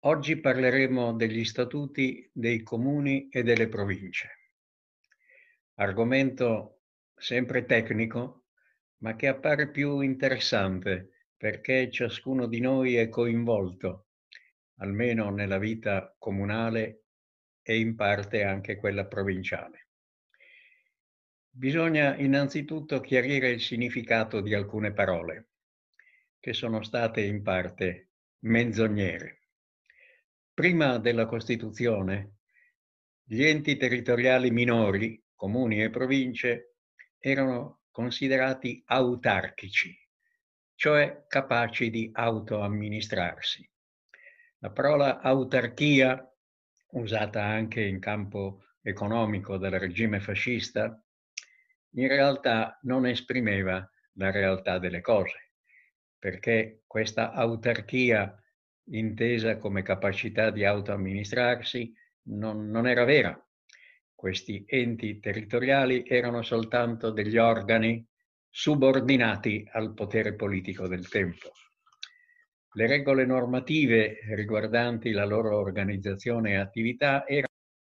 Oggi parleremo degli statuti dei comuni e delle province. Argomento sempre tecnico, ma che appare più interessante perché ciascuno di noi è coinvolto, almeno nella vita comunale e in parte anche quella provinciale. Bisogna innanzitutto chiarire il significato di alcune parole, che sono state in parte menzognere. Prima della Costituzione, gli enti territoriali minori, comuni e province, erano considerati autarchici, cioè capaci di autoamministrarsi. La parola autarchia, usata anche in campo economico dal regime fascista, in realtà non esprimeva la realtà delle cose, perché questa autarchia, intesa come capacità di autoamministrarsi, non era vera. Questi enti territoriali erano soltanto degli organi subordinati al potere politico del tempo. Le regole normative riguardanti la loro organizzazione e attività erano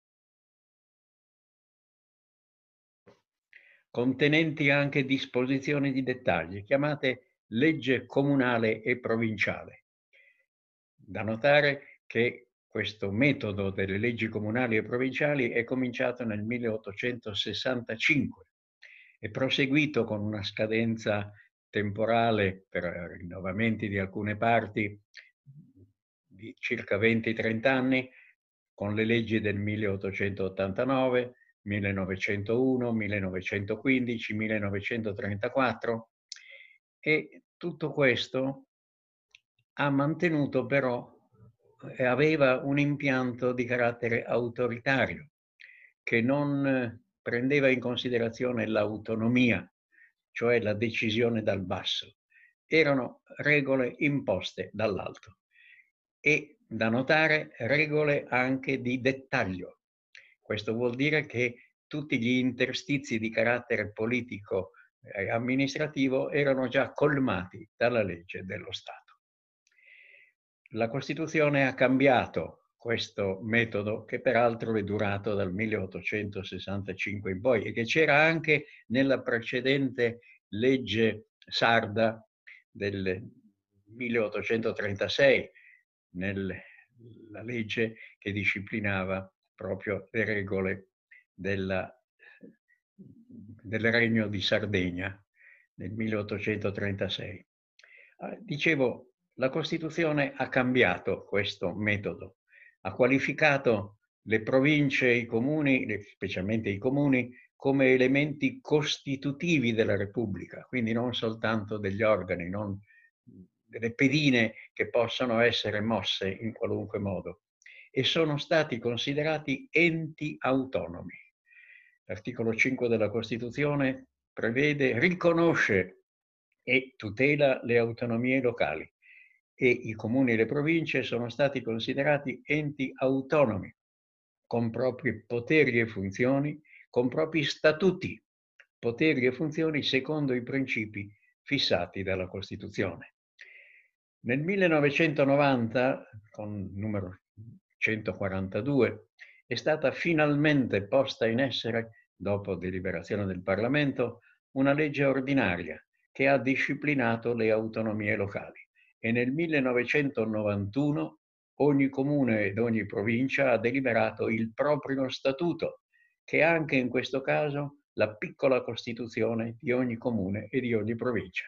contenenti anche disposizioni di dettagli, chiamate legge comunale e provinciale. Da notare che questo metodo delle leggi comunali e provinciali è cominciato nel 1865 e proseguito con una scadenza temporale per rinnovamenti di alcune parti di circa 20-30 anni, con le leggi del 1889, 1901, 1915, 1934, e tutto questo ha mantenuto però aveva un impianto di carattere autoritario, che non prendeva in considerazione l'autonomia, cioè la decisione dal basso. Erano regole imposte dall'alto e, da notare, regole anche di dettaglio. Questo vuol dire che tutti gli interstizi di carattere politico e amministrativo erano già colmati dalla legge dello Stato. La Costituzione ha cambiato questo metodo, che peraltro è durato dal 1865 in poi e che c'era anche nella precedente legge sarda del 1836, nella legge che disciplinava proprio le regole del Regno di Sardegna nel 1836. Dicevo, la Costituzione ha cambiato questo metodo, ha qualificato le province e i comuni, specialmente i comuni, come elementi costitutivi della Repubblica, quindi non soltanto degli organi, non delle pedine che possono essere mosse in qualunque modo, e sono stati considerati enti autonomi. L'articolo 5 della Costituzione prevede, riconosce e tutela le autonomie locali e i comuni e le province sono stati considerati enti autonomi, con propri poteri e funzioni, con propri statuti, poteri e funzioni secondo i principi fissati dalla Costituzione. Nel 1990, con numero 142, è stata finalmente posta in essere, dopo deliberazione del Parlamento, una legge ordinaria che ha disciplinato le autonomie locali e nel 1991 ogni comune ed ogni provincia ha deliberato il proprio statuto, che è anche in questo caso la piccola Costituzione di ogni comune e di ogni provincia.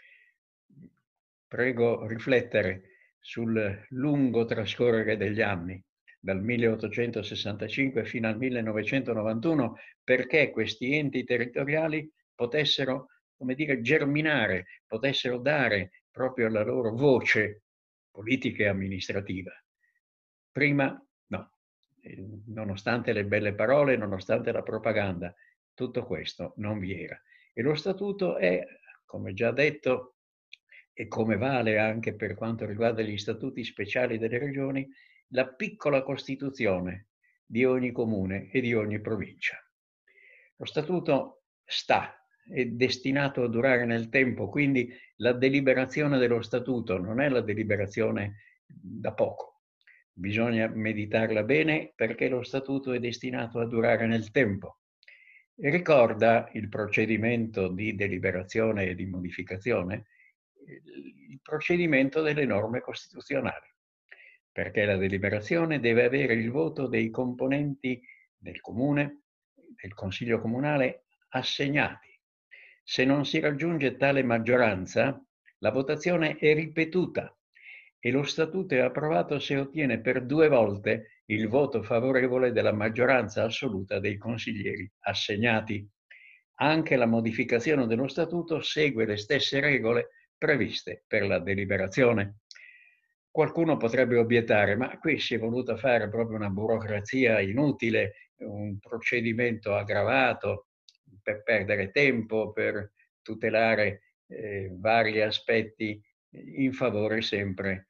Prego riflettere sul lungo trascorrere degli anni, dal 1865 fino al 1991, perché questi enti territoriali potessero, come dire, germinare, potessero dare proprio la loro voce politica e amministrativa. Prima no, nonostante le belle parole, nonostante la propaganda, tutto questo non vi era. E lo statuto è, come già detto, e come vale anche per quanto riguarda gli statuti speciali delle regioni, la piccola Costituzione di ogni comune e di ogni provincia. Lo statuto è destinato a durare nel tempo, quindi la deliberazione dello statuto non è la deliberazione da poco. bisogna meditarla bene perché lo statuto è destinato a durare nel tempo. E ricorda il procedimento di deliberazione e di modificazione, il procedimento delle norme costituzionali, perché la deliberazione deve avere il voto dei componenti del comune, del consiglio comunale assegnati. Se non si raggiunge tale maggioranza, la votazione è ripetuta e lo statuto è approvato se ottiene per 2 volte il voto favorevole della maggioranza assoluta dei consiglieri assegnati. Anche la modificazione dello statuto segue le stesse regole previste per la deliberazione. Qualcuno potrebbe obiettare, ma qui si è voluta fare proprio una burocrazia inutile, un procedimento aggravato per perdere tempo, per tutelare vari aspetti in favore sempre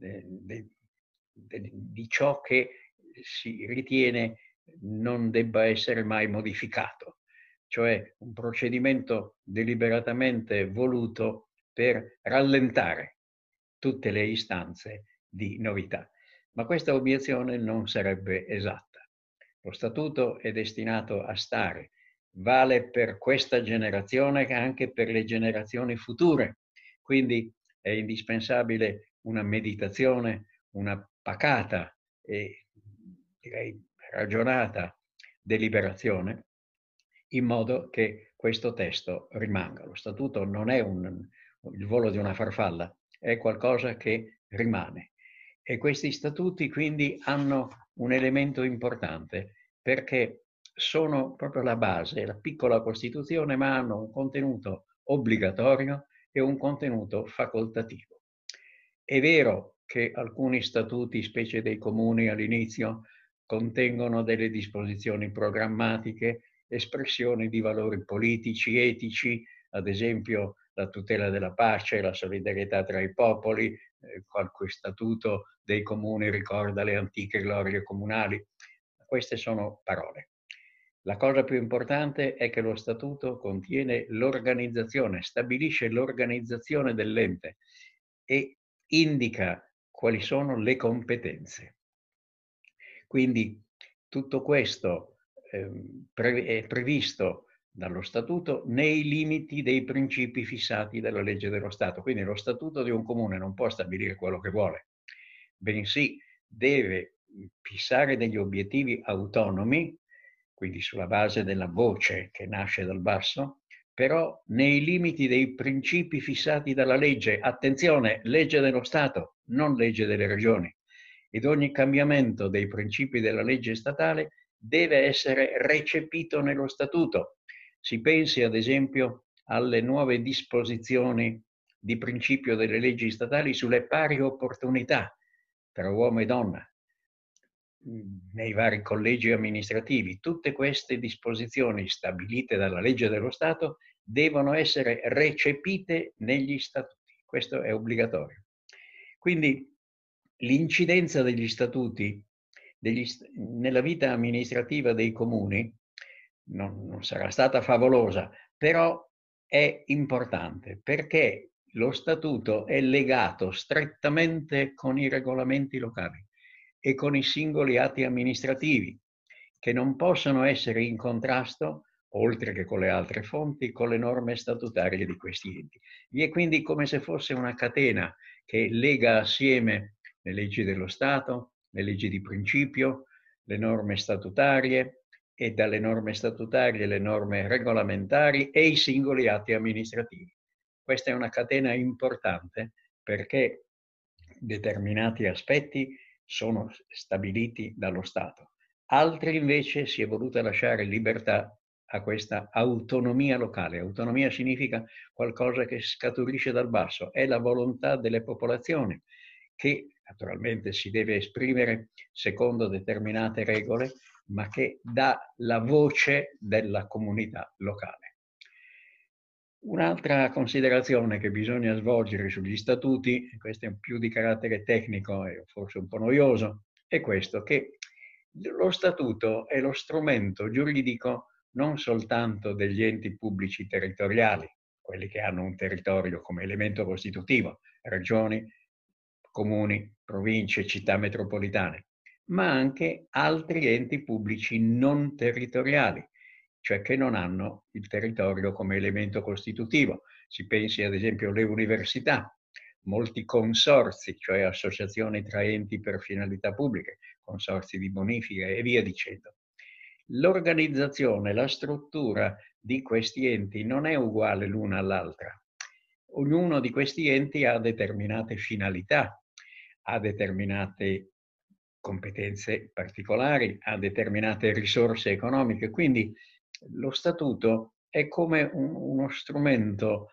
di ciò che si ritiene non debba essere mai modificato, cioè un procedimento deliberatamente voluto per rallentare tutte le istanze di novità. Ma questa obiezione non sarebbe esatta. Lo statuto è destinato a stare, vale per questa generazione che anche per le generazioni future. Quindi è indispensabile una meditazione, una pacata e direi ragionata deliberazione in modo che questo testo rimanga. Lo statuto non è il volo di una farfalla, è qualcosa che rimane. E questi statuti quindi hanno un elemento importante perché sono proprio la base, la piccola Costituzione, ma hanno un contenuto obbligatorio e un contenuto facoltativo. È vero che alcuni statuti, specie dei comuni all'inizio, contengono delle disposizioni programmatiche, espressioni di valori politici, etici, ad esempio la tutela della pace, la solidarietà tra i popoli, qualche statuto dei comuni ricorda le antiche glorie comunali. Queste sono parole. La cosa più importante è che lo statuto contiene l'organizzazione, stabilisce l'organizzazione dell'ente e indica quali sono le competenze. Quindi tutto questo è previsto dallo statuto nei limiti dei principi fissati dalla legge dello Stato. Quindi lo statuto di un comune non può stabilire quello che vuole, bensì deve fissare degli obiettivi autonomi, quindi sulla base della voce che nasce dal basso, però nei limiti dei principi fissati dalla legge. Attenzione, legge dello Stato, non legge delle regioni. Ed ogni cambiamento dei principi della legge statale deve essere recepito nello statuto. Si pensi ad esempio alle nuove disposizioni di principio delle leggi statali sulle pari opportunità tra uomo e donna nei vari collegi amministrativi. Tutte queste disposizioni stabilite dalla legge dello Stato devono essere recepite negli statuti. Questo è obbligatorio. Quindi l'incidenza degli statuti nella vita amministrativa dei comuni non sarà stata favolosa, però è importante perché lo statuto è legato strettamente con i regolamenti locali e con i singoli atti amministrativi, che non possono essere in contrasto, oltre che con le altre fonti, con le norme statutarie di questi enti. Vi è quindi come se fosse una catena che lega assieme le leggi dello Stato, le leggi di principio, le norme statutarie e dalle norme statutarie le norme regolamentari e i singoli atti amministrativi. Questa è una catena importante perché determinati aspetti sono stabiliti dallo Stato. Altri invece si è voluta lasciare libertà a questa autonomia locale. Autonomia significa qualcosa che scaturisce dal basso, è la volontà delle popolazioni che naturalmente si deve esprimere secondo determinate regole, ma che dà la voce della comunità locale. Un'altra considerazione che bisogna svolgere sugli statuti, questo è più di carattere tecnico e forse un po' noioso, è questo, che lo statuto è lo strumento giuridico non soltanto degli enti pubblici territoriali, quelli che hanno un territorio come elemento costitutivo, regioni, comuni, province, città metropolitane, ma anche altri enti pubblici non territoriali, cioè che non hanno il territorio come elemento costitutivo. Si pensi ad esempio alle università, molti consorzi, cioè associazioni tra enti per finalità pubbliche, consorzi di bonifica e via dicendo. L'organizzazione, la struttura di questi enti non è uguale l'una all'altra. Ognuno di questi enti ha determinate finalità, ha determinate competenze particolari, ha determinate risorse economiche, quindi lo statuto è come uno strumento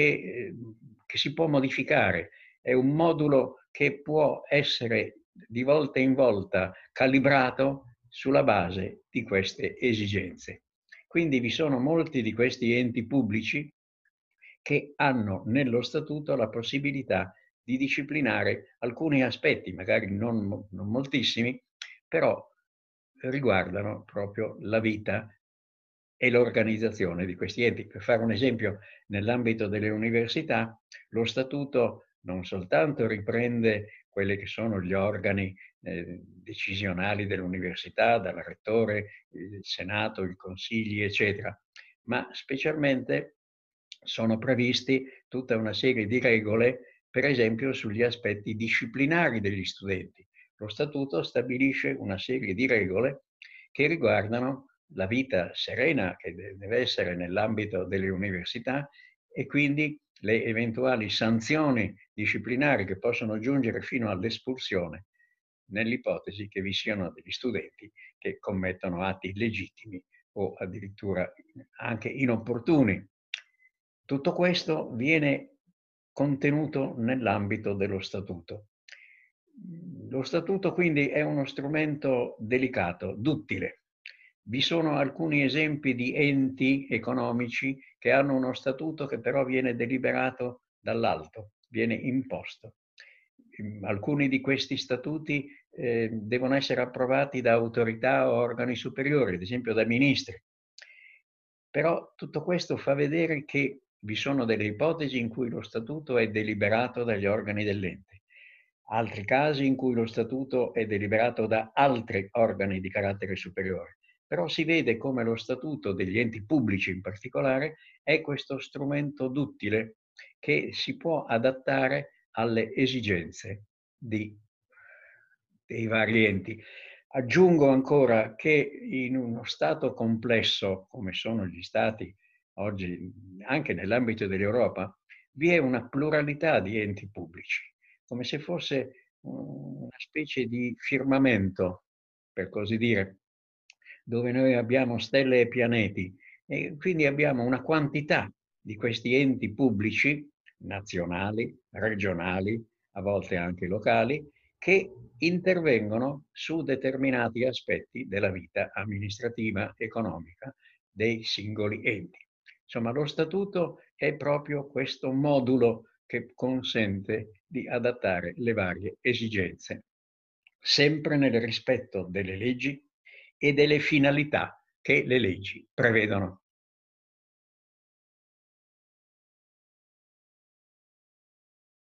che si può modificare, è un modulo che può essere di volta in volta calibrato sulla base di queste esigenze. Quindi vi sono molti di questi enti pubblici che hanno nello statuto la possibilità di disciplinare alcuni aspetti, magari non moltissimi, però riguardano proprio la vita e l'organizzazione di questi enti. Per fare un esempio, nell'ambito delle università, lo statuto non soltanto riprende quelli che sono gli organi decisionali dell'università, dal rettore, il senato, i consigli, eccetera, ma specialmente sono previsti tutta una serie di regole, per esempio sugli aspetti disciplinari degli studenti. Lo statuto stabilisce una serie di regole che riguardano la vita serena che deve essere nell'ambito delle università e quindi le eventuali sanzioni disciplinari che possono giungere fino all'espulsione nell'ipotesi che vi siano degli studenti che commettono atti illegittimi o addirittura anche inopportuni. Tutto questo viene contenuto nell'ambito dello statuto. Lo statuto quindi è uno strumento delicato, duttile. Vi sono alcuni esempi di enti economici che hanno uno statuto che però viene deliberato dall'alto, viene imposto. Alcuni di questi statuti devono essere approvati da autorità o organi superiori, ad esempio da ministri. Però tutto questo fa vedere che vi sono delle ipotesi in cui lo statuto è deliberato dagli organi dell'ente, altri casi in cui lo statuto è deliberato da altri organi di carattere superiore. Però si vede come lo statuto degli enti pubblici in particolare è questo strumento duttile che si può adattare alle esigenze dei vari enti. Aggiungo ancora che in uno Stato complesso, come sono gli Stati oggi, anche nell'ambito dell'Europa, vi è una pluralità di enti pubblici, come se fosse una specie di firmamento, per così dire, dove noi abbiamo stelle e pianeti, e quindi abbiamo una quantità di questi enti pubblici, nazionali, regionali, a volte anche locali, che intervengono su determinati aspetti della vita amministrativa, economica dei singoli enti. Insomma, lo statuto è proprio questo modulo che consente di adattare le varie esigenze, sempre nel rispetto delle leggi e delle finalità che le leggi prevedono.